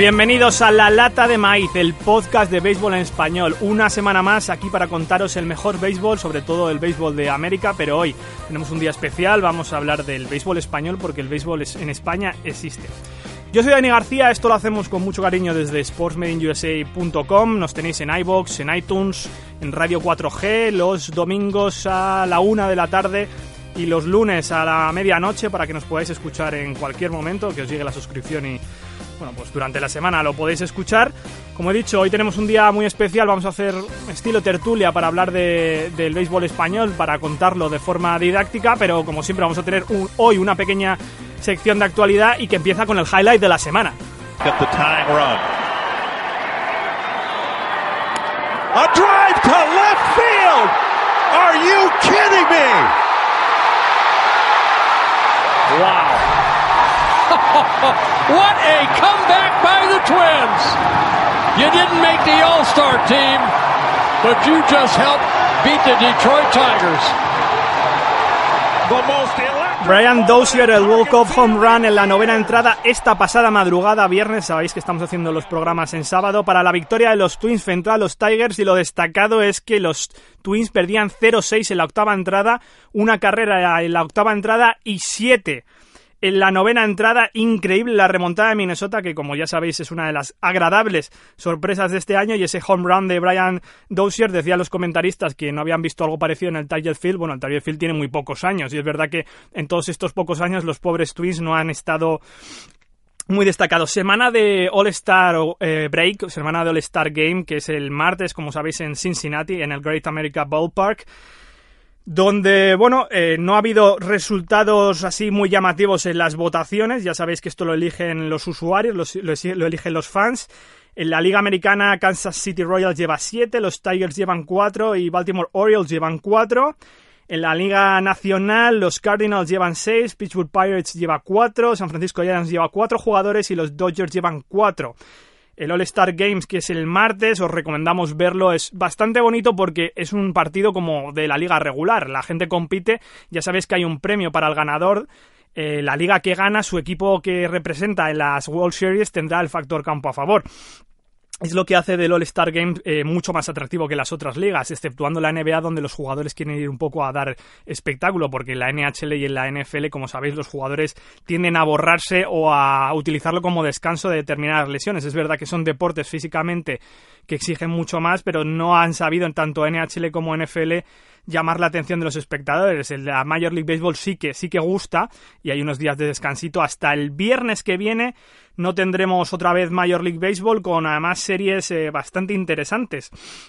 Bienvenidos a La Lata de Maíz, el podcast de béisbol en español. Una semana más aquí para contaros el mejor béisbol, sobre todo el béisbol de América, pero hoy tenemos un día especial, vamos a hablar del béisbol español porque el béisbol en España existe. Yo soy Dani García, esto lo hacemos con mucho cariño desde sportsmadeinusa.com, nos tenéis en iVoox, en iTunes, en Radio 4G, los domingos a la 1 de la tarde y los lunes a la medianoche para que nos podáis escuchar en cualquier momento, que os llegue la suscripción y bueno, pues durante la semana lo podéis escuchar. Como he dicho, hoy tenemos un día muy especial, vamos a hacer estilo tertulia para hablar del béisbol español, para contarlo de forma didáctica, pero como siempre vamos a tener hoy una pequeña sección de actualidad y que empieza con el highlight de la semana. A drive to left field. Are you kidding me? Wow. What a comeback by the Twins. You didn't make the All-Star team, but you just helped beat the Detroit Tigers. Brian Dozier, el walk-off home run en la novena entrada esta pasada madrugada, viernes, sabéis que estamos haciendo los programas en sábado, para la victoria de los Twins frente a los Tigers, y lo destacado es que los Twins perdían 0-6 en la octava entrada, una carrera en la octava entrada y 7 en la novena entrada. Increíble la remontada de Minnesota, que como ya sabéis es una de las agradables sorpresas de este año, y ese home run de Brian Dozier, decían los comentaristas que no habían visto algo parecido en el Tiger Field. Bueno, el Tiger Field tiene muy pocos años, y es verdad que en todos estos pocos años los pobres Twins no han estado muy destacados. Semana de All-Star Break, semana de All-Star Game, que es el martes, como sabéis, en Cincinnati, en el Great America Ballpark, donde, bueno, no ha habido resultados así muy llamativos en las votaciones. Ya sabéis que esto lo eligen los usuarios, lo eligen los fans. En la Liga Americana, Kansas City Royals lleva 7, los Tigers llevan 4 y Baltimore Orioles llevan 4. En la Liga Nacional, los Cardinals llevan 6, Pittsburgh Pirates lleva 4, San Francisco Giants lleva 4 jugadores y los Dodgers llevan 4. El All-Star Games, que es el martes, os recomendamos verlo, es bastante bonito porque es un partido como de la liga regular, la gente compite, ya sabéis que hay un premio para el ganador, la liga que gana, su equipo que representa en las World Series tendrá el factor campo a favor. Es lo que hace del All-Star Game mucho más atractivo que las otras ligas, exceptuando la NBA, donde los jugadores quieren ir un poco a dar espectáculo, porque en la NHL y en la NFL, como sabéis, los jugadores tienden a borrarse o a utilizarlo como descanso de determinadas lesiones. Es verdad que son deportes físicamente que exigen mucho más, pero no han sabido en tanto NHL como NFL llamar la atención de los espectadores. En la Major League Baseball sí que gusta, y hay unos días de descansito. Hasta el viernes que viene no tendremos otra vez Major League Baseball, con además series bastante interesantes.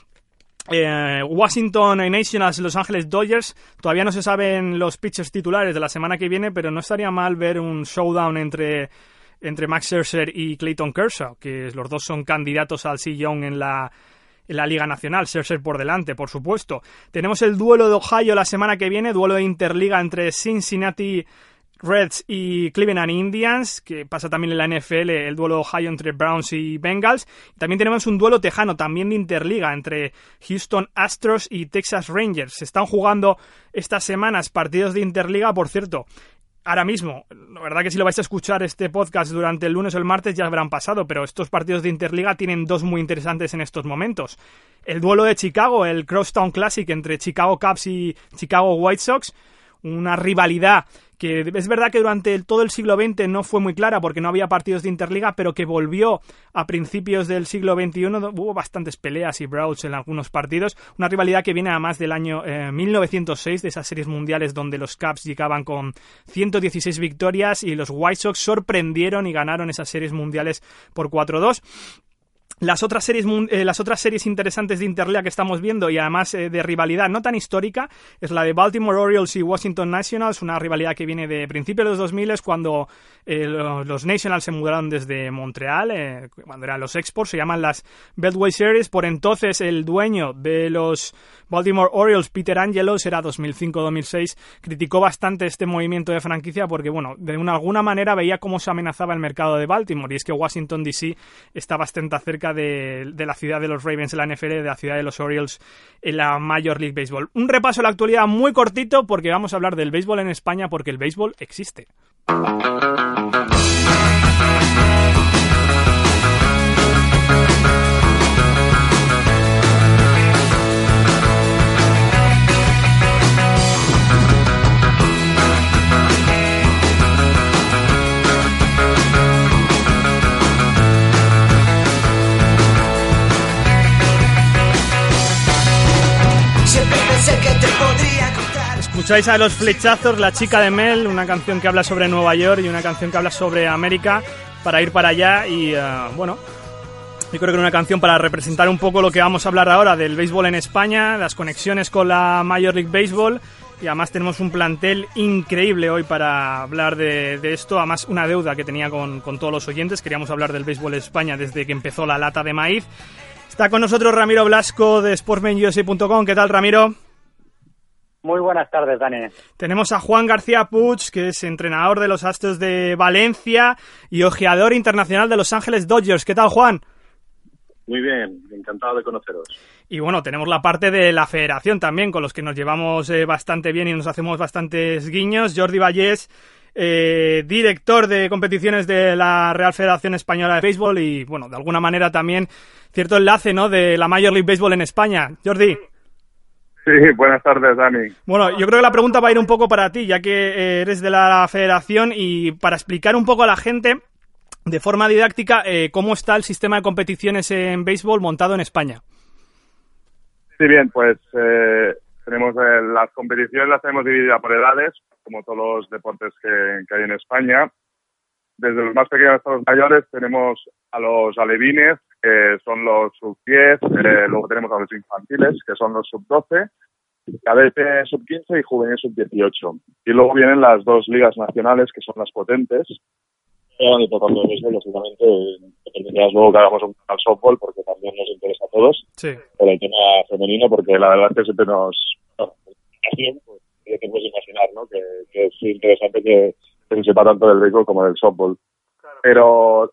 Washington Nationals, Los Ángeles Dodgers, todavía no se saben los pitchers titulares de la semana que viene, pero no estaría mal ver un showdown entre Max Scherzer y Clayton Kershaw, que los dos son candidatos al Cy Young en la Liga Nacional, Scherzer por delante, por supuesto. Tenemos el duelo de Ohio la semana que viene, duelo de Interliga entre Cincinnati Reds y Cleveland Indians, que pasa también en la NFL, el duelo de Ohio entre Browns y Bengals. También tenemos un duelo tejano, también de Interliga, entre Houston Astros y Texas Rangers. Se están jugando estas semanas partidos de Interliga, por cierto. Ahora mismo, la verdad que si lo vais a escuchar este podcast durante el lunes o el martes ya habrán pasado, pero estos partidos de Interliga tienen dos muy interesantes en estos momentos. El duelo de Chicago, el Crosstown Classic entre Chicago Cubs y Chicago White Sox, una rivalidad que es verdad que durante todo el siglo XX no fue muy clara porque no había partidos de Interliga, pero que volvió a principios del siglo XXI. Hubo bastantes peleas y brawls en algunos partidos. Una rivalidad que viene además del año 1906, de esas series mundiales donde los Cubs llegaban con 116 victorias y los White Sox sorprendieron y ganaron esas series mundiales por 4-2. Las otras series interesantes de Interliga que estamos viendo, y además de rivalidad no tan histórica, es la de Baltimore Orioles y Washington Nationals, una rivalidad que viene de principios de los 2000, cuando los Nationals se mudaron desde Montreal, cuando eran los Exports, se llaman las Beltway Series. Por entonces el dueño de los Baltimore Orioles, Peter Angelos, era 2005-2006, criticó bastante este movimiento de franquicia porque, bueno, de alguna manera veía cómo se amenazaba el mercado de Baltimore, y es que Washington DC está bastante cerca de la ciudad de los Ravens en la NFL, de la ciudad de los Orioles en la Major League Baseball. Un repaso a la actualidad muy cortito porque vamos a hablar del béisbol en España, porque el béisbol existe. sé que te podría contar. Escucháis a Los Flechazos, La chica de Mel, una canción que habla sobre Nueva York y una canción que habla sobre América, para ir para allá y, bueno, yo creo que era una canción para representar un poco lo que vamos a hablar ahora del béisbol en España, las conexiones con la Major League Baseball, y además tenemos un plantel increíble hoy para hablar de esto, además una deuda que tenía con todos los oyentes, queríamos hablar del béisbol en España desde que empezó la lata de maíz. Está con nosotros Ramiro Blasco de sportsmanusa.com. ¿Qué tal, Ramiro? Muy buenas tardes, Dani. Tenemos a Juan García Puig, que es entrenador de los Astros de Valencia y ojeador internacional de Los Ángeles Dodgers. ¿Qué tal, Juan? Muy bien, encantado de conoceros. Y bueno, tenemos la parte de la federación también, con los que nos llevamos bastante bien y nos hacemos bastantes guiños. Jordi Vallés, director de competiciones de la Real Federación Española de Béisbol y, bueno, de alguna manera también cierto enlace, ¿no?, de la Major League Baseball en España. Jordi. Sí, buenas tardes, Dani. Bueno, yo creo que la pregunta va a ir un poco para ti, ya que eres de la federación, y para explicar un poco a la gente, de forma didáctica, cómo está el sistema de competiciones en béisbol montado en España. Sí, bien, pues tenemos las competiciones, las tenemos divididas por edades, como todos los deportes que hay en España. Desde los más pequeños hasta los mayores tenemos a los alevines, que son los sub-10, luego tenemos a los infantiles, que son los sub-12, cadete sub-15 y juvenil sub-18. Y luego vienen las dos ligas nacionales, que son las potentes. Y tocando eso, lógicamente, permitirás luego que hagamos un canal softball, porque también nos interesa a todos. Sí. Por el tema femenino, porque la verdad es que siempre nos... pues, ya te puedes imaginar, ¿no?, que es interesante que se sepa tanto del béisbol como del softball. Claro. Pero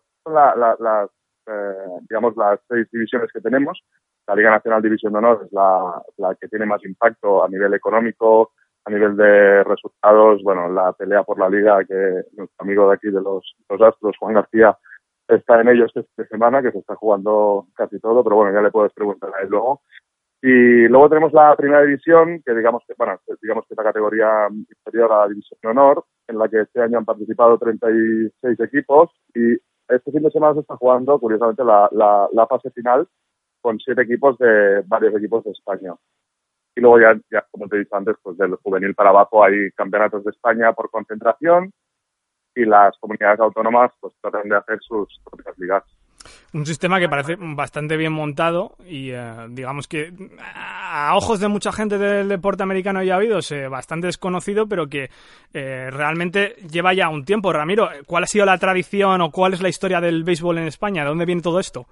digamos, las 6 divisiones que tenemos, la Liga Nacional División de Honor es la que tiene más impacto a nivel económico, a nivel de resultados. Bueno, la pelea por la liga, que nuestro amigo de aquí de los Astros, Juan García, está en ello esta semana, que se está jugando casi todo, pero bueno, ya le puedes preguntar a él luego. Y luego tenemos la primera división, que digamos que es la categoría inferior a la división de honor, en la que este año han participado 36 equipos, y este fin de semana se está jugando, curiosamente, la fase final con 7 equipos de varios equipos de España. Y luego ya, como te he dicho antes, pues del juvenil para abajo hay campeonatos de España por concentración, y las comunidades autónomas pues tratan de hacer sus propias ligas. Un sistema que parece bastante bien montado y digamos que a ojos de mucha gente del deporte americano ya ha habido bastante desconocido, pero que realmente lleva ya un tiempo. Ramiro, ¿cuál ha sido la tradición o cuál es la historia del béisbol en España? ¿De dónde viene todo esto?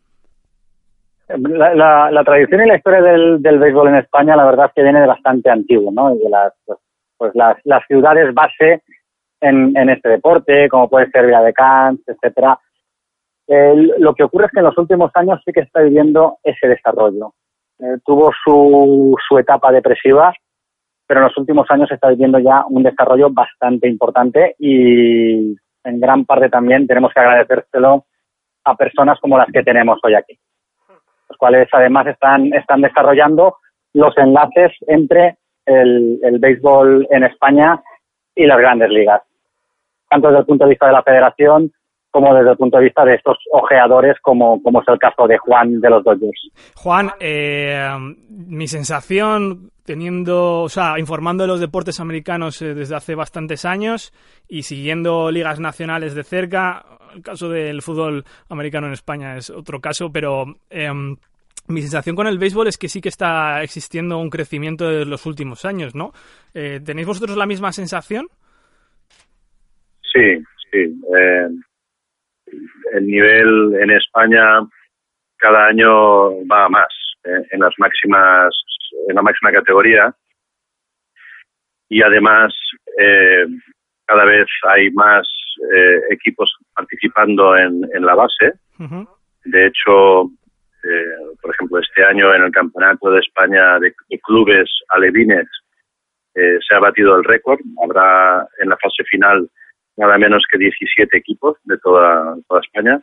La tradición y la historia del béisbol en España, la verdad es que viene de bastante antiguo, ¿no? Y de las ciudades base en este deporte, como puede ser Viladecans, etcétera. Lo que ocurre es que en los últimos años sí que está viviendo ese desarrollo. Tuvo su etapa depresiva, pero en los últimos años está viviendo ya un desarrollo bastante importante, y en gran parte también tenemos que agradecérselo a personas como las que tenemos hoy aquí, los cuales además están desarrollando los enlaces entre el béisbol en España y las grandes ligas, tanto desde el punto de vista de la federación como desde el punto de vista de estos ojeadores, como es el caso de Juan de los Dodgers. Juan, mi sensación, informando de los deportes americanos desde hace bastantes años y siguiendo ligas nacionales de cerca, el caso del fútbol americano en España es otro caso, pero mi sensación con el béisbol es que sí que está existiendo un crecimiento de los últimos años, ¿no? ¿Tenéis vosotros la misma sensación? Sí. El nivel en España cada año va a más en la máxima categoría, y además cada vez hay más equipos participando en la base. Uh-huh. De hecho, por ejemplo, este año en el Campeonato de España de clubes alevines se ha batido el récord. Habrá en la fase final nada menos que 17 equipos de toda España.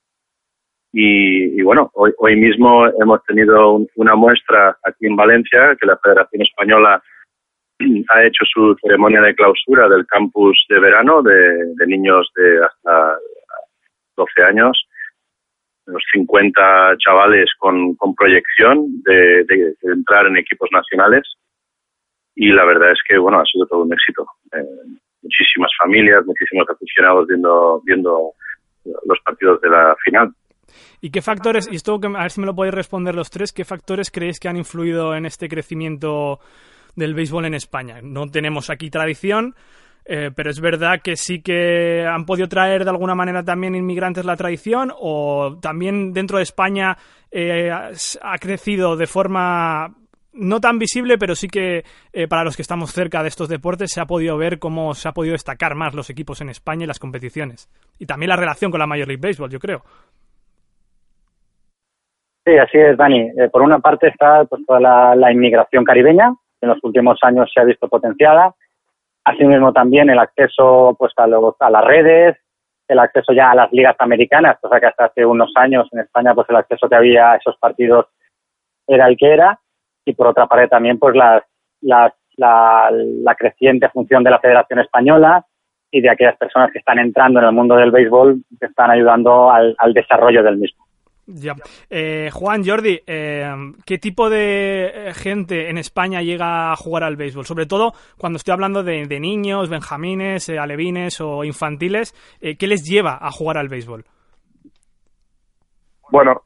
Y bueno, hoy mismo hemos tenido una muestra aquí en Valencia, que la Federación Española ha hecho su ceremonia de clausura del campus de verano de niños de hasta 12 años, unos 50 chavales con proyección de entrar en equipos nacionales. y la verdad es que, bueno, ha sido todo un éxito. Muchísimas familias, muchísimos aficionados viendo los partidos de la final. ¿Y qué factores, y esto a ver si me lo podéis responder los tres, qué factores creéis que han influido en este crecimiento del béisbol en España? No tenemos aquí tradición, pero es verdad que sí que han podido traer de alguna manera también inmigrantes la tradición, o también dentro de España ha crecido de forma no tan visible, pero sí que para los que estamos cerca de estos deportes se ha podido ver cómo se ha podido destacar más los equipos en España y las competiciones. Y también la relación con la Major League Baseball, yo creo. Sí, así es, Dani. Por una parte está pues toda la inmigración caribeña, que en los últimos años se ha visto potenciada. Asimismo también el acceso pues a las redes, el acceso ya a las ligas americanas, cosa que hasta hace unos años en España pues el acceso que había a esos partidos era el que era. Y por otra parte también pues la creciente función de la Federación Española y de aquellas personas que están entrando en el mundo del béisbol, que están ayudando al desarrollo del mismo. Ya. Juan, Jordi, ¿qué tipo de gente en España llega a jugar al béisbol? Sobre todo cuando estoy hablando de niños, benjamines, alevines o infantiles, ¿qué les lleva a jugar al béisbol? Bueno,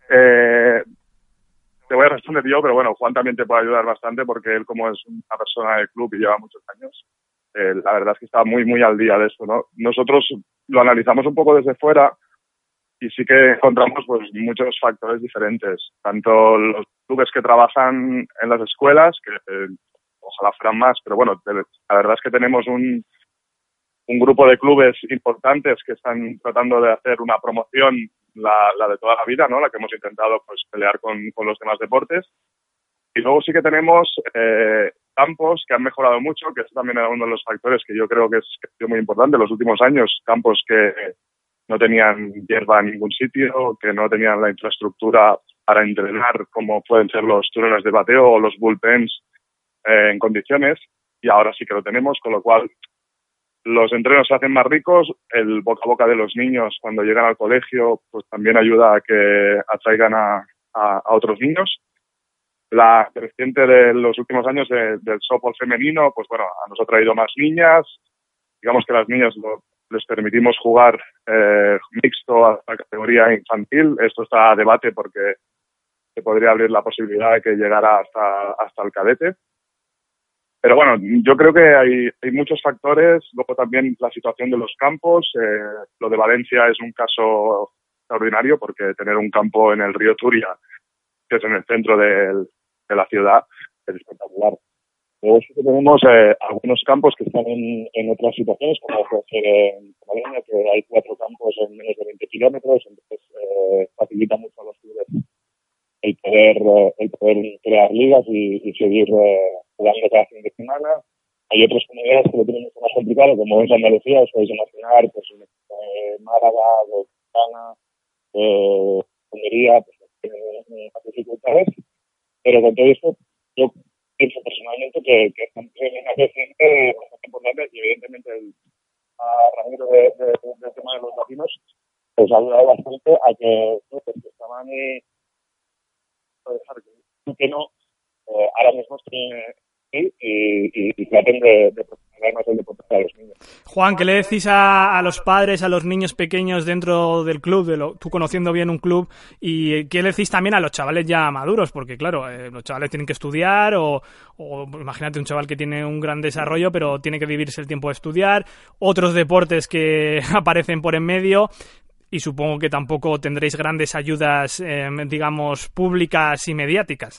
te voy a responder yo, pero bueno, Juan también te puede ayudar bastante porque él, como es una persona del club y lleva muchos años, la verdad es que está muy, muy al día de esto, ¿no? Nosotros lo analizamos un poco desde fuera y sí que encontramos pues muchos factores diferentes. Tanto los clubes que trabajan en las escuelas, que ojalá fueran más, pero bueno, la verdad es que tenemos un grupo de clubes importantes que están tratando de hacer una promoción, la de toda la vida, ¿no? La que hemos intentado pues pelear con los demás deportes. Y luego sí que tenemos campos que han mejorado mucho, que eso también era uno de los factores que yo creo que es muy importante en los últimos años. Campos que no tenían hierba en ningún sitio, que no tenían la infraestructura para entrenar como pueden ser los túneles de bateo o los bullpens en condiciones, y ahora sí que lo tenemos, con lo cual los entrenos se hacen más ricos, el boca a boca de los niños cuando llegan al colegio pues también ayuda a que atraigan a otros niños. La creciente de los últimos años del softball femenino, pues bueno, nos ha traído más niñas. Digamos que las niñas les permitimos jugar mixto hasta la categoría infantil. Esto está a debate porque se podría abrir la posibilidad de que llegara hasta el cadete. Pero bueno, yo creo que hay muchos factores. Luego también la situación de los campos. Lo de Valencia es un caso extraordinario porque tener un campo en el río Turia, que es en el centro de la ciudad, es espectacular. Luego sí que tenemos algunos campos que están en otras situaciones, como puede ser en Cataluña, que hay 4 campos en menos de 20 kilómetros, entonces facilita mucho a los clubes el poder crear ligas y seguir jugando cada fin de semana. Hay otras comunidades que lo tienen mucho más complicado, como es Andalucía, os podéis imaginar, pues Málaga, Gana, Almería, pues tienen más dificultades, pero con todo esto yo pienso personalmente que estamos en una creciente bastante importante y evidentemente Ramiro del tema de los latinos pues ha ayudado bastante a que los que estaban que no ahora mismo estén y traten de proporcionar más el deporte a los niños. Juan, ¿qué le decís a los padres, a los niños pequeños dentro del club, tú conociendo bien un club, y qué le decís también a los chavales ya maduros? Porque claro, los chavales tienen que estudiar o imagínate un chaval que tiene un gran desarrollo pero tiene que dividirse el tiempo de estudiar, otros deportes que aparecen por en medio, y supongo que tampoco tendréis grandes ayudas, digamos, públicas y mediáticas.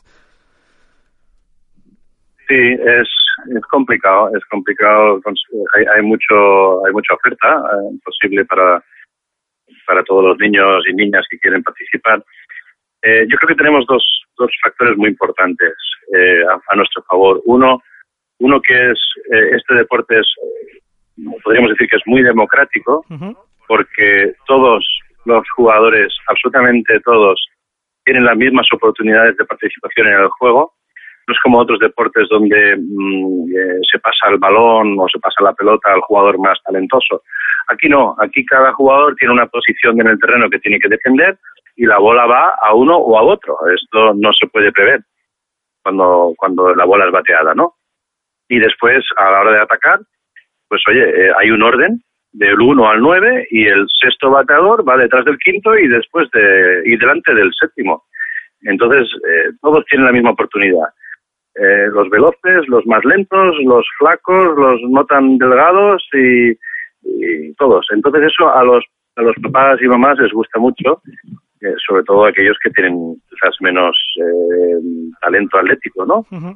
Sí, es complicado, hay mucha oferta posible para todos los niños y niñas que quieren participar. Yo creo que tenemos dos factores muy importantes a nuestro favor. Uno que es este deporte podríamos decir que es muy democrático, porque todos los jugadores, absolutamente todos, tienen las mismas oportunidades de participación en el juego. No es como otros deportes donde se pasa el balón o se pasa la pelota al jugador más talentoso. Aquí no, aquí cada jugador tiene una posición en el terreno que tiene que defender y la bola va a uno o a otro. Esto no se puede prever cuando la bola es bateada, ¿no? Y después, a la hora de atacar, pues oye, hay un orden del 1 al 9 y el sexto bateador va detrás del quinto y delante del séptimo. Entonces, todos tienen la misma oportunidad. Los veloces, los más lentos, los flacos, los no tan delgados y todos. Entonces eso a los papás y mamás les gusta mucho, sobre todo aquellos que tienen quizás menos talento atlético, ¿no? Uh-huh.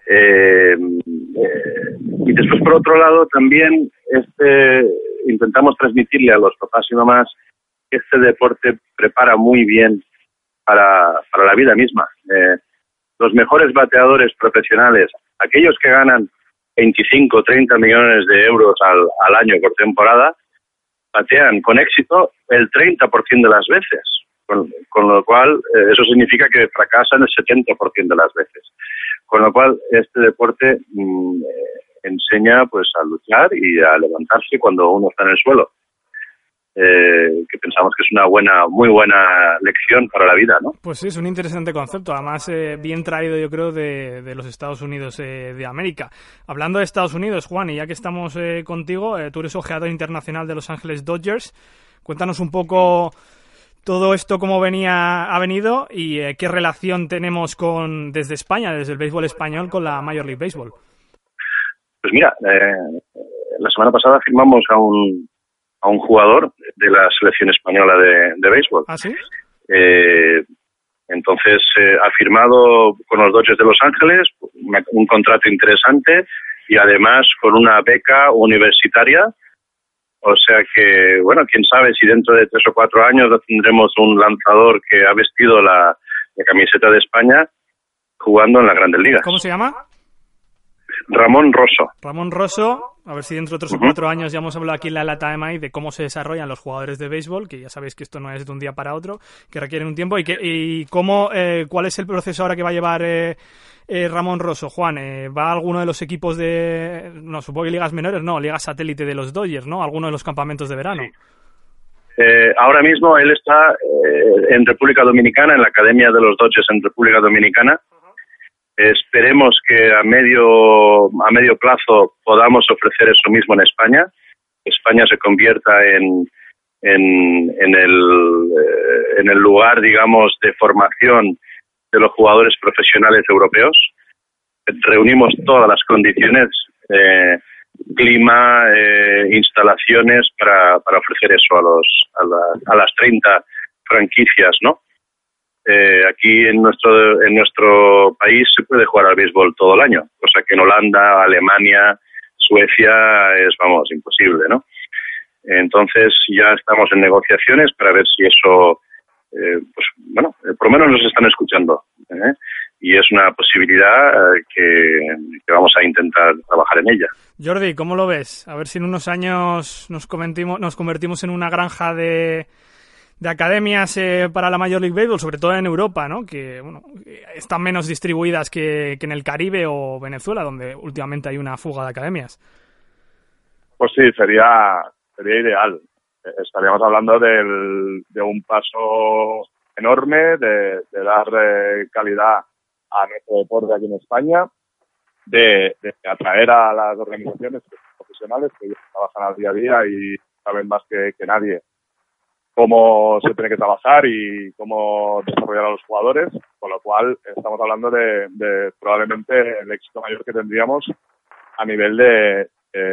Y después, por otro lado, también intentamos transmitirle a los papás y mamás que este deporte prepara muy bien para la vida misma. Los mejores bateadores profesionales, aquellos que ganan 25 o 30 millones de euros al año por temporada, batean con éxito el 30% de las veces. Con lo cual, eso significa que fracasan el 70% de las veces. Con lo cual, este deporte enseña pues a luchar y a levantarse cuando uno está en el suelo. Que pensamos que es una muy buena lección para la vida, ¿no? Pues sí, es un interesante concepto, además bien traído, yo creo, de los Estados Unidos de América. Hablando de Estados Unidos, Juan, y ya que estamos contigo, tú eres ojeador internacional de Los Ángeles Dodgers. Cuéntanos un poco todo esto, cómo ha venido y qué relación tenemos desde España, desde el béisbol español, con la Major League Baseball. Pues mira, la semana pasada firmamos a un jugador de la selección española de béisbol. ¿Ah, sí? Entonces ha firmado con los Dodgers de Los Ángeles un contrato interesante y además con una beca universitaria. O sea que, bueno, quién sabe si dentro de 3 o 4 años tendremos un lanzador que ha vestido la camiseta de España jugando en las Grandes Ligas. ¿Cómo se llama? Ramón Rosso. Ramón Rosso, a ver si dentro de 3 o 4 años ya hemos hablado aquí en la Lata de Maíz de cómo se desarrollan los jugadores de béisbol, que ya sabéis que esto no es de un día para otro, que requieren un tiempo, y cuál es el proceso ahora que va a llevar Ramón Rosso. Juan, ¿va a alguno de los equipos no, supongo que ligas menores, no, ligas satélite de los Dodgers, ¿no? ¿Alguno de los campamentos de verano? Sí. Ahora mismo él está en República Dominicana, en la Academia de los Dodgers en República Dominicana. Esperemos que a medio plazo podamos ofrecer eso mismo en España. España se convierta en el lugar, digamos, de formación de los jugadores profesionales europeos. Reunimos todas las condiciones, clima, instalaciones para ofrecer eso a las 30 franquicias, ¿no? Aquí en nuestro país se puede jugar al béisbol todo el año, cosa que en Holanda, Alemania, Suecia es, imposible, ¿no? Entonces ya estamos en negociaciones para ver si eso, por lo menos nos están escuchando, y es una posibilidad que vamos a intentar trabajar en ella. Jordi, ¿cómo lo ves? A ver si en unos años nos convertimos en una granja de academias para la Major League Baseball, sobre todo en Europa, ¿no? Que están menos distribuidas que en el Caribe o Venezuela, donde últimamente hay una fuga de academias. Pues sí, sería ideal. Estaríamos hablando de un paso enorme, de dar calidad a nuestro deporte aquí en España, de atraer a las organizaciones profesionales que trabajan al día a día y saben más que nadie cómo se tiene que trabajar y cómo desarrollar a los jugadores, con lo cual estamos hablando de probablemente el éxito mayor que tendríamos a nivel de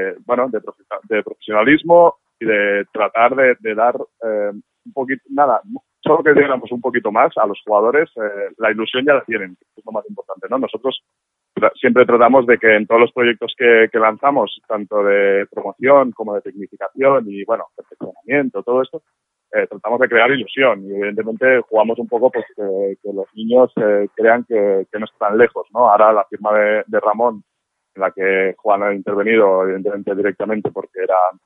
profesionalismo y de tratar de dar un poquito, solo que diéramos un poquito más a los jugadores. La ilusión ya la tienen, que es lo más importante, ¿no? Nosotros siempre tratamos de que en todos los proyectos que lanzamos, tanto de promoción como de tecnificación y, perfeccionamiento, todo esto, tratamos de crear ilusión y evidentemente jugamos un poco pues que los niños crean que no están lejos, ¿no? Ahora la firma de Ramón, en la que Juan ha intervenido evidentemente directamente porque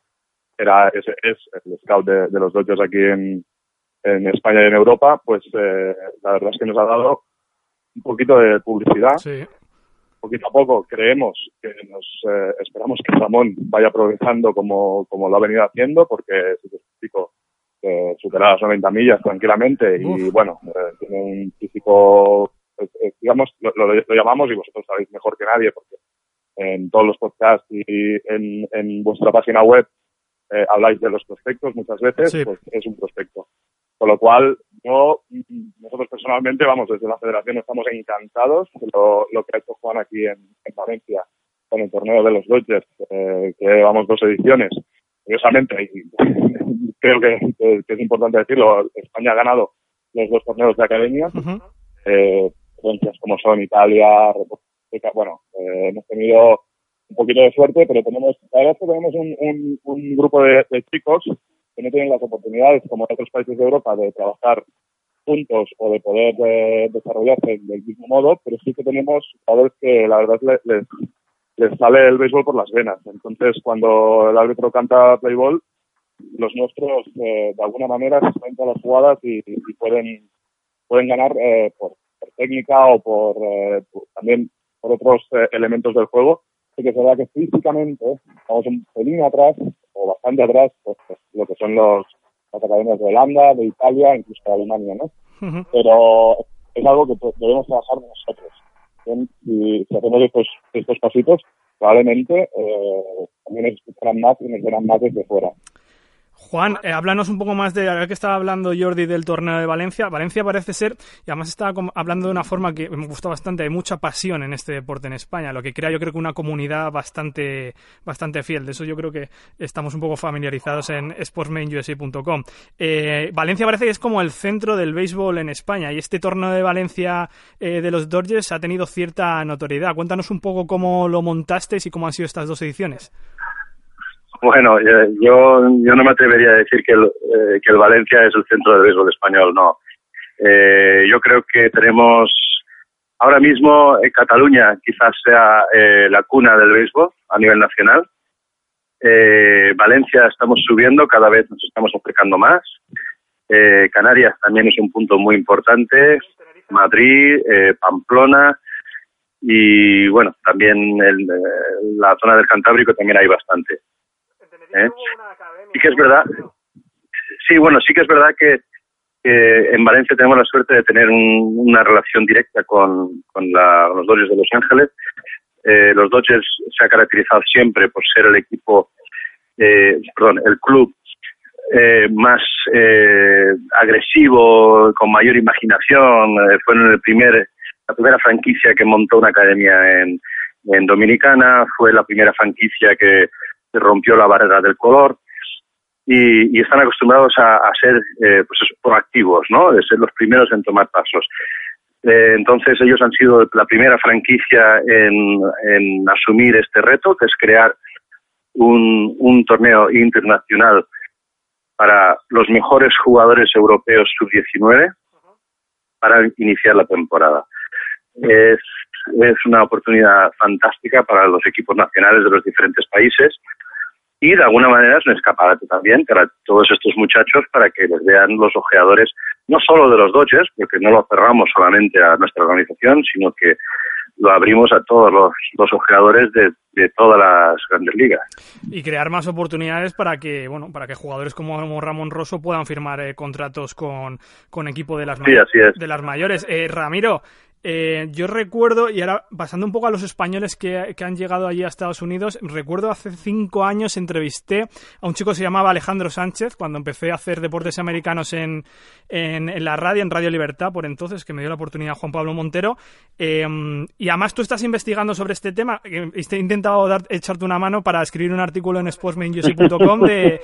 es el scout de los Dodgers aquí en España y en Europa, pues la verdad es que nos ha dado un poquito de publicidad. Sí. Poquito a poco creemos que esperamos que Ramón vaya progresando como lo ha venido haciendo, porque si te explico, supera las 90 millas tranquilamente. Uf. Y tiene un físico, digamos, lo llamamos, y vosotros sabéis mejor que nadie porque en todos los podcasts y en vuestra página web habláis de los prospectos muchas veces, sí. Pues es un prospecto. Con lo cual, nosotros personalmente, desde la federación estamos encantados de lo que ha hecho Juan aquí en Valencia con el torneo de los Dodgers, que llevamos 2 ediciones. Curiosamente, y creo que es importante decirlo, España ha ganado los 2 torneos de academia, provincias como son Italia, República, hemos tenido un poquito de suerte, pero la verdad es que tenemos un grupo de chicos que no tienen las oportunidades, como en otros países de Europa, de trabajar juntos o de poder desarrollarse del mismo modo, pero sí que tenemos jugadores que la verdad les sale el béisbol por las venas. Entonces, cuando el árbitro canta play ball, los nuestros de alguna manera se suben todas las jugadas y pueden ganar por técnica o también por otros elementos del juego. Sí que es verdad que físicamente estamos un pelín atrás o bastante atrás, pues lo que son las academias de Holanda, de Italia, incluso de Alemania, ¿no? Uh-huh. Pero es algo que debemos trabajar nosotros. Si hacemos estos pasitos, probablemente también nos escucharán más y nos verán más desde fuera. Juan, háblanos un poco más de, ahora que estaba hablando Jordi del torneo de Valencia. Valencia parece ser, y además estaba hablando de una forma que me gustó bastante, hay mucha pasión en este deporte en España, lo que crea yo creo que una comunidad bastante fiel. De eso yo creo que estamos un poco familiarizados en sportsmanusa.com. Valencia parece que es como el centro del béisbol en España, y este torneo de Valencia de los Dodgers ha tenido cierta notoriedad. Cuéntanos un poco cómo lo montasteis y cómo han sido estas 2 ediciones. Bueno, yo no me atrevería a decir que el Valencia es el centro del béisbol español, no. Yo creo que tenemos ahora mismo Cataluña quizás sea la cuna del béisbol a nivel nacional. Valencia estamos subiendo, cada vez nos estamos acercando más. Canarias también es un punto muy importante. Madrid, Pamplona y bueno, también la zona del Cantábrico también hay bastante. Sí que es verdad. Sí, bueno, sí que es verdad que en Valencia tenemos la suerte de tener una relación directa con los Dodgers de Los Ángeles. Los Dodgers se ha caracterizado siempre por ser el club más agresivo, con mayor imaginación. Fueron la primera franquicia que montó una academia en Dominicana, fue la primera franquicia que rompió la barrera del color y están acostumbrados a ser proactivos, ¿no? De ser los primeros en tomar pasos. Entonces ellos han sido la primera franquicia en asumir este reto, que es crear un torneo internacional para los mejores jugadores europeos sub-19 para iniciar la temporada. Es una oportunidad fantástica para los equipos nacionales de los diferentes países y de alguna manera es un escaparate también para todos estos muchachos para que les vean los ojeadores, no solo de los Dodgers, porque no lo cerramos solamente a nuestra organización, sino que lo abrimos a todos los ojeadores de todas las grandes ligas. Y crear más oportunidades para que jugadores como Ramón Rosso puedan firmar contratos con equipo de las mayores. Ramiro, yo recuerdo, y ahora pasando un poco a los españoles que han llegado allí a Estados Unidos, recuerdo hace 5 años entrevisté a un chico que se llamaba Alejandro Sánchez, cuando empecé a hacer deportes americanos en la radio, en Radio Libertad, por entonces, que me dio la oportunidad Juan Pablo Montero, y además tú estás investigando sobre este tema, he intentado echarte una mano para escribir un artículo en sportsmanusa.com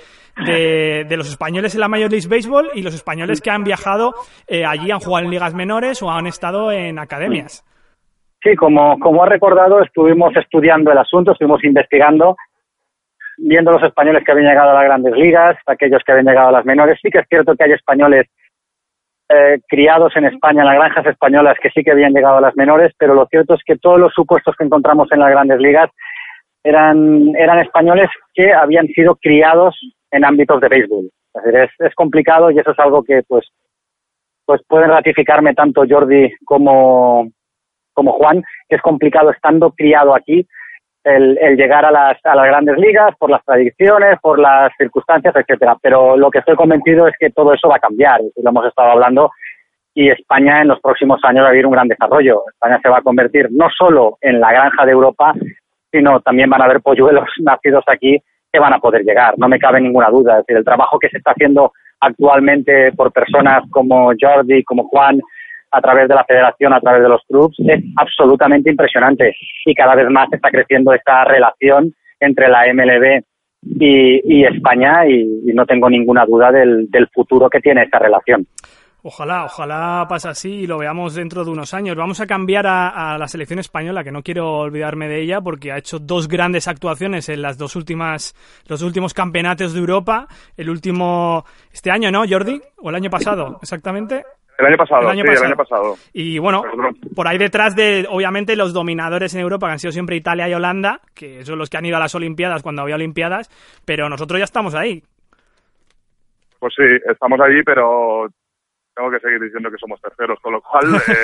de los españoles en la Major League Baseball y los españoles que han viajado allí, han jugado en ligas menores o han estado en academias. Sí, como has recordado, estuvimos estudiando el asunto, estuvimos investigando, viendo los españoles que habían llegado a las grandes ligas, aquellos que habían llegado a las menores. Sí que es cierto que hay españoles criados en España, en las granjas españolas, que sí que habían llegado a las menores, pero lo cierto es que todos los supuestos que encontramos en las grandes ligas eran españoles que habían sido criados en ámbitos de béisbol. Es decir, es complicado y eso es algo que pues pueden ratificarme tanto Jordi como Juan, que es complicado estando criado aquí el llegar a las grandes ligas por las tradiciones, por las circunstancias, etcétera. Pero lo que estoy convencido es que todo eso va a cambiar, y lo hemos estado hablando, y España en los próximos años va a vivir un gran desarrollo. España se va a convertir no solo en la granja de Europa, sino también van a haber polluelos nacidos aquí que van a poder llegar, no me cabe ninguna duda. Es decir, el trabajo que se está haciendo actualmente por personas como Jordi, como Juan, a través de la federación, a través de los clubs, es absolutamente impresionante, y cada vez más está creciendo esta relación entre la MLB y España, y no tengo ninguna duda del futuro que tiene esta relación. Ojalá pase así y lo veamos dentro de unos años. Vamos a cambiar a la selección española, que no quiero olvidarme de ella, porque ha hecho 2 grandes actuaciones en los últimos campeonatos de Europa. El último este año, ¿no, Jordi? ¿O el año pasado, exactamente? El año pasado. Y bueno, por ahí detrás de, obviamente, los dominadores en Europa, que han sido siempre Italia y Holanda, que son los que han ido a las Olimpiadas cuando había Olimpiadas, pero nosotros ya estamos ahí. Pues sí, estamos ahí, pero tengo que seguir diciendo que somos terceros, con lo cual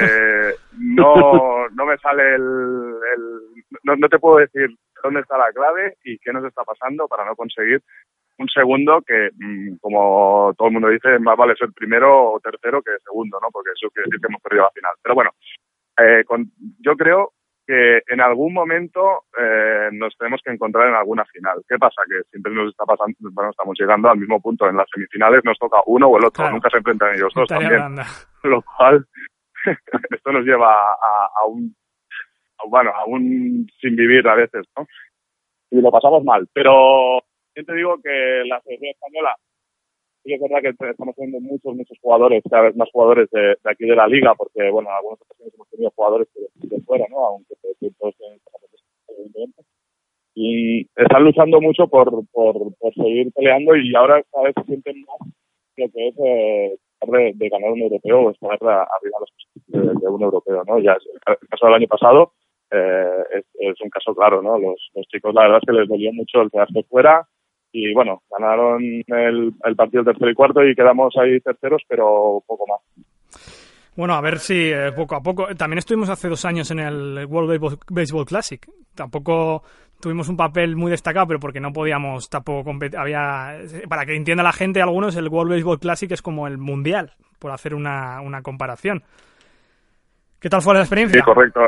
no me sale no te puedo decir dónde está la clave y qué nos está pasando para no conseguir un segundo que, como todo el mundo dice, más vale ser primero o tercero que segundo, ¿no? Porque eso quiere decir que hemos perdido la final. Pero bueno, yo creo que en algún momento nos tenemos que encontrar en alguna final. ¿Qué pasa? Que siempre nos está pasando, bueno, estamos llegando al mismo punto. En las semifinales nos toca uno o el otro, claro. Nunca se enfrentan ellos dos también. Lo cual, esto nos lleva a un sin vivir a veces, ¿no? Y lo pasamos mal. Pero yo te digo que la selección española, sí es verdad que estamos teniendo muchos jugadores, cada vez más jugadores de aquí de la liga, porque, bueno, en algunas ocasiones hemos tenido jugadores de fuera, ¿no? Aunque todos evidentemente. Y están luchando mucho por seguir peleando, y ahora cada vez se sienten más lo que es de ganar un europeo o estar arriba de un europeo, ¿no? Ya el caso del año pasado es un caso claro, ¿no? Los chicos, la verdad es que les dolió mucho el quedarse fuera. Y bueno, ganaron el partido tercero y cuarto y quedamos ahí terceros, pero poco más. Bueno, a ver si poco a poco. También estuvimos hace 2 años en el World Baseball Classic. Tampoco tuvimos un papel muy destacado, pero porque no podíamos tampoco competir. Para que entienda la gente, algunos, el World Baseball Classic es como el Mundial, por hacer una comparación. ¿Qué tal fue la experiencia? Sí, correcto.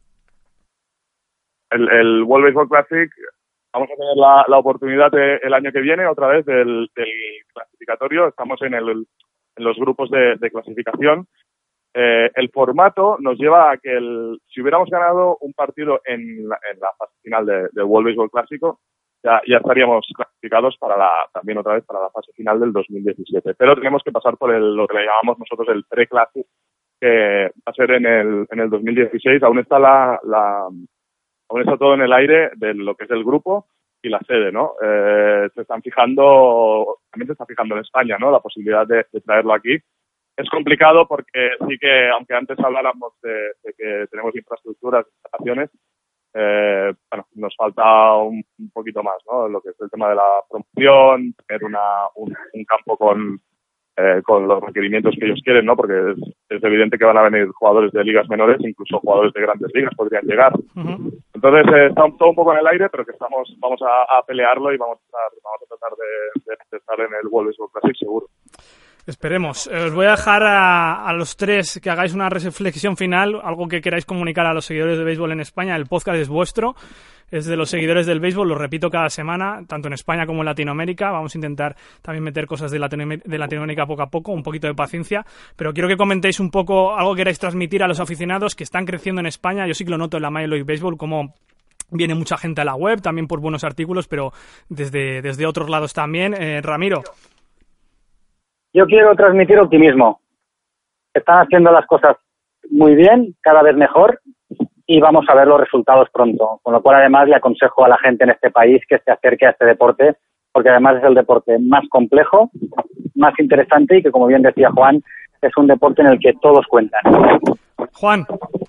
El World Baseball Classic... Vamos a tener la oportunidad el año que viene, otra vez, del clasificatorio. Estamos en los grupos de clasificación. El formato nos lleva a que si hubiéramos ganado un partido en la fase final del World Baseball Clásico, ya estaríamos clasificados también otra vez para la fase final del 2017. Pero tenemos que pasar por lo que le llamamos nosotros el pre-classic, que va a ser en el 2016. Aún está aún está todo en el aire de lo que es el grupo y la sede, ¿no? También se está fijando en España, ¿no? La posibilidad de traerlo aquí. Es complicado porque sí que, aunque antes habláramos de que tenemos infraestructuras, instalaciones, bueno, nos falta un poquito más, ¿no? Lo que es el tema de la promoción, tener un campo con los requerimientos que ellos quieren, ¿no? Porque es evidente que van a venir jugadores de ligas menores, incluso jugadores de grandes ligas podrían llegar. Uh-huh. Entonces está todo un poco en el aire, pero que vamos a pelearlo y vamos a tratar de estar en el World Baseball Classic seguro. Esperemos. Os voy a dejar a los 3 que hagáis una reflexión final, algo que queráis comunicar a los seguidores de béisbol en España. El podcast es vuestro, es de los seguidores del béisbol, lo repito cada semana, tanto en España como en Latinoamérica. Vamos a intentar también meter cosas de Latinoamérica poco a poco, un poquito de paciencia, pero quiero que comentéis un poco algo que queráis transmitir a los aficionados que están creciendo en España. Yo sí que lo noto en la Major League Baseball, como viene mucha gente a la web, también por buenos artículos, pero desde otros lados también. Ramiro. Yo quiero transmitir optimismo. Están haciendo las cosas muy bien, cada vez mejor, y vamos a ver los resultados pronto. Con lo cual, además, le aconsejo a la gente en este país que se acerque a este deporte, porque además es el deporte más complejo, más interesante y que, como bien decía Juan, es un deporte en el que todos cuentan. Juan.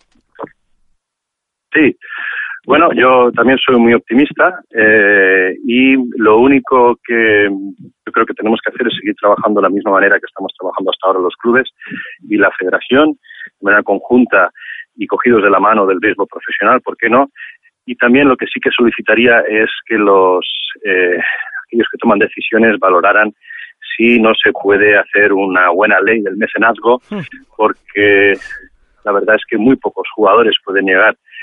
Sí. Bueno, yo también soy muy optimista y lo único que yo creo que tenemos que hacer es seguir trabajando de la misma manera que estamos trabajando hasta ahora los clubes y la federación, de manera conjunta y cogidos de la mano del béisbol profesional, ¿por qué no? Y también lo que sí que solicitaría es que aquellos que toman decisiones valoraran si no se puede hacer una buena ley del mecenazgo, porque la verdad es que muy pocos jugadores pueden llegar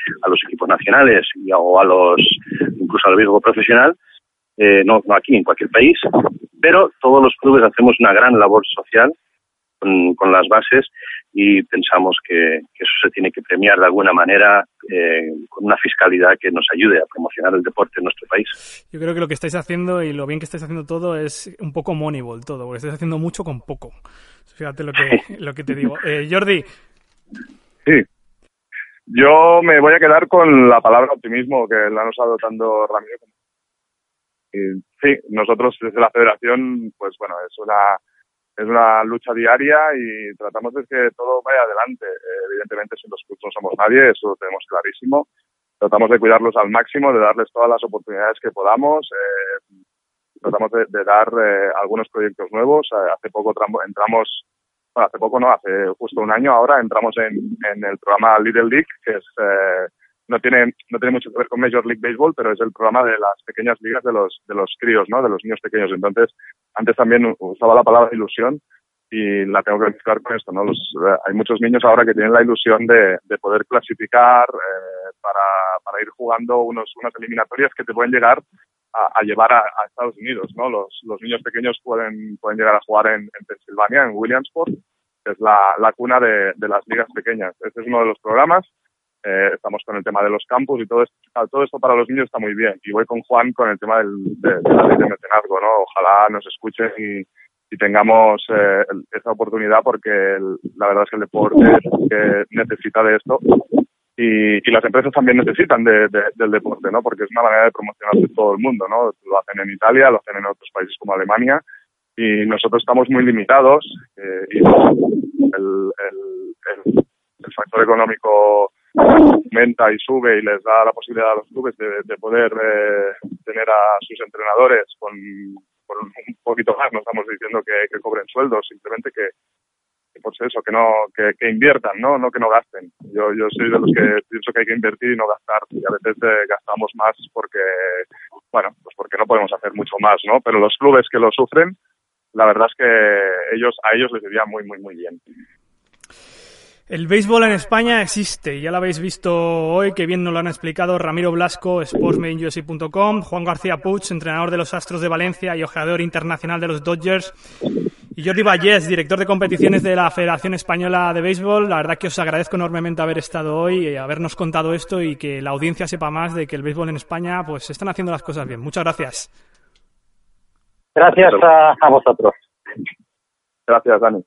a los equipos nacionales o incluso al béisbol profesional, no aquí, en cualquier país, pero todos los clubes hacemos una gran labor social con las bases y pensamos que eso se tiene que premiar de alguna manera con una fiscalidad que nos ayude a promocionar el deporte en nuestro país. Yo creo que lo que estáis haciendo y lo bien que estáis haciendo todo es un poco Moneyball todo, porque estáis haciendo mucho con poco. Fíjate lo que te digo. Jordi. Sí. Yo me voy a quedar con la palabra optimismo que la han usado tanto Ramiro. Sí, nosotros desde la federación, pues bueno, es una lucha diaria y tratamos de que todo vaya adelante. Evidentemente, sin los clubes no somos nadie, eso lo tenemos clarísimo. Tratamos de cuidarlos al máximo, de darles todas las oportunidades que podamos. Tratamos de dar algunos proyectos nuevos. Hace poco entramos, bueno, hace poco no, hace justo un año ahora entramos en el programa Little League, que es no tiene mucho que ver con Major League Baseball, pero es el programa de las pequeñas ligas de los críos, ¿no? De los niños pequeños. Entonces, antes también usaba la palabra ilusión y la tengo que mezclar con esto, ¿no? Hay muchos niños ahora que tienen la ilusión de poder clasificar para ir jugando unas eliminatorias que te pueden llegar a llevar a Estados Unidos, ¿no? Los niños pequeños pueden llegar a jugar en Pensilvania, en Williamsport, que es la cuna de las ligas pequeñas. Este es uno de los programas. Estamos con el tema de los campus y todo esto para los niños está muy bien. Y voy con Juan con el tema de la ley de mecenazgo, ¿no? Ojalá nos escuchen y tengamos esa oportunidad, porque la verdad es que el deporte necesita de esto y las empresas también necesitan del deporte, ¿no? Porque es una manera de promocionarse todo el mundo, ¿no? Lo hacen en Italia, lo hacen en otros países como Alemania y nosotros estamos muy limitados y el factor económico aumenta y sube y les da la posibilidad a los clubes de poder tener a sus entrenadores por un poquito más. No estamos diciendo que cobren sueldos, simplemente que pues eso, que inviertan, no que no gasten. Yo soy de los que pienso que hay que invertir y no gastar, y a veces gastamos más porque no podemos hacer mucho más, ¿no? Pero los clubes que lo sufren, la verdad es que a ellos les iría muy, muy, muy bien. El béisbol en España existe, ya lo habéis visto hoy, que bien nos lo han explicado Ramiro Blasco, sportsmadenusa.com, Juan García Puig, entrenador de los Astros de Valencia y ojeador internacional de los Dodgers, y Jordi Vallès, director de competiciones de la Federación Española de Béisbol. La verdad que os agradezco enormemente haber estado hoy y habernos contado esto y que la audiencia sepa más de que el béisbol en España pues se están haciendo las cosas bien. Muchas gracias. Gracias a vosotros. Gracias, Dani.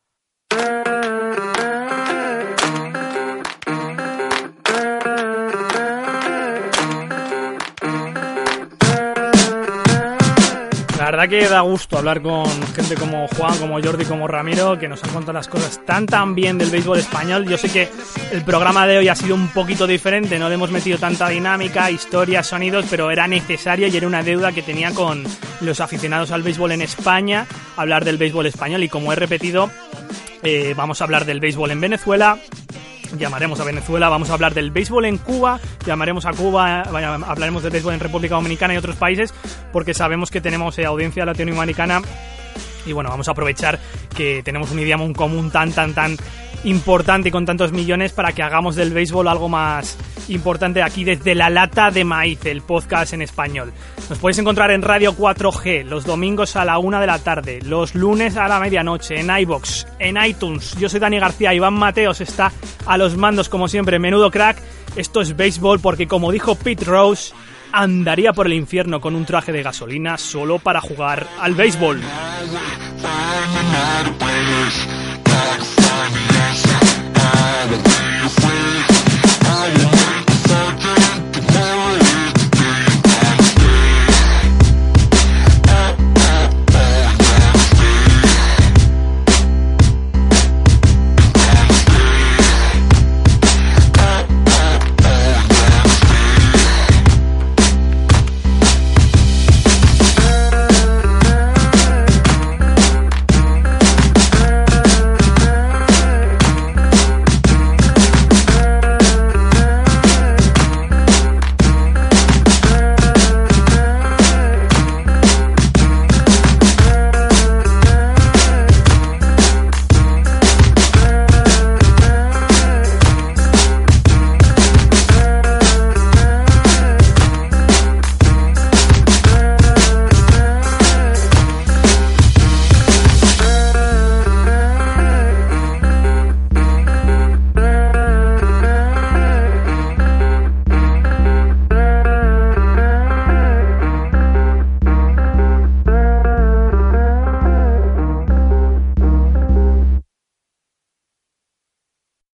La verdad que da gusto hablar con gente como Juan, como Jordi, como Ramiro, que nos han contado las cosas tan bien del béisbol español. Yo sé que el programa de hoy ha sido un poquito diferente, no le hemos metido tanta dinámica, historias, sonidos, pero era necesaria y era una deuda que tenía con los aficionados al béisbol en España, hablar del béisbol español. Y como he repetido, vamos a hablar del béisbol en Venezuela, llamaremos a Venezuela, vamos a hablar del béisbol en Cuba, llamaremos a Cuba, hablaremos del béisbol en República Dominicana y otros países, porque sabemos que tenemos audiencia latinoamericana y bueno, vamos a aprovechar que tenemos un idioma en común tan importante y con tantos millones para que hagamos del béisbol algo más importante aquí desde La Lata de Maíz, el podcast en español. Nos podéis encontrar en Radio 4G los domingos a la 1 de la tarde, los lunes a la medianoche, en iVoox, en iTunes. Yo soy Dani García, Iván Mateos está a los mandos como siempre. Menudo crack, esto es béisbol, porque como dijo Pete Rose, andaría por el infierno con un traje de gasolina solo para jugar al béisbol. All the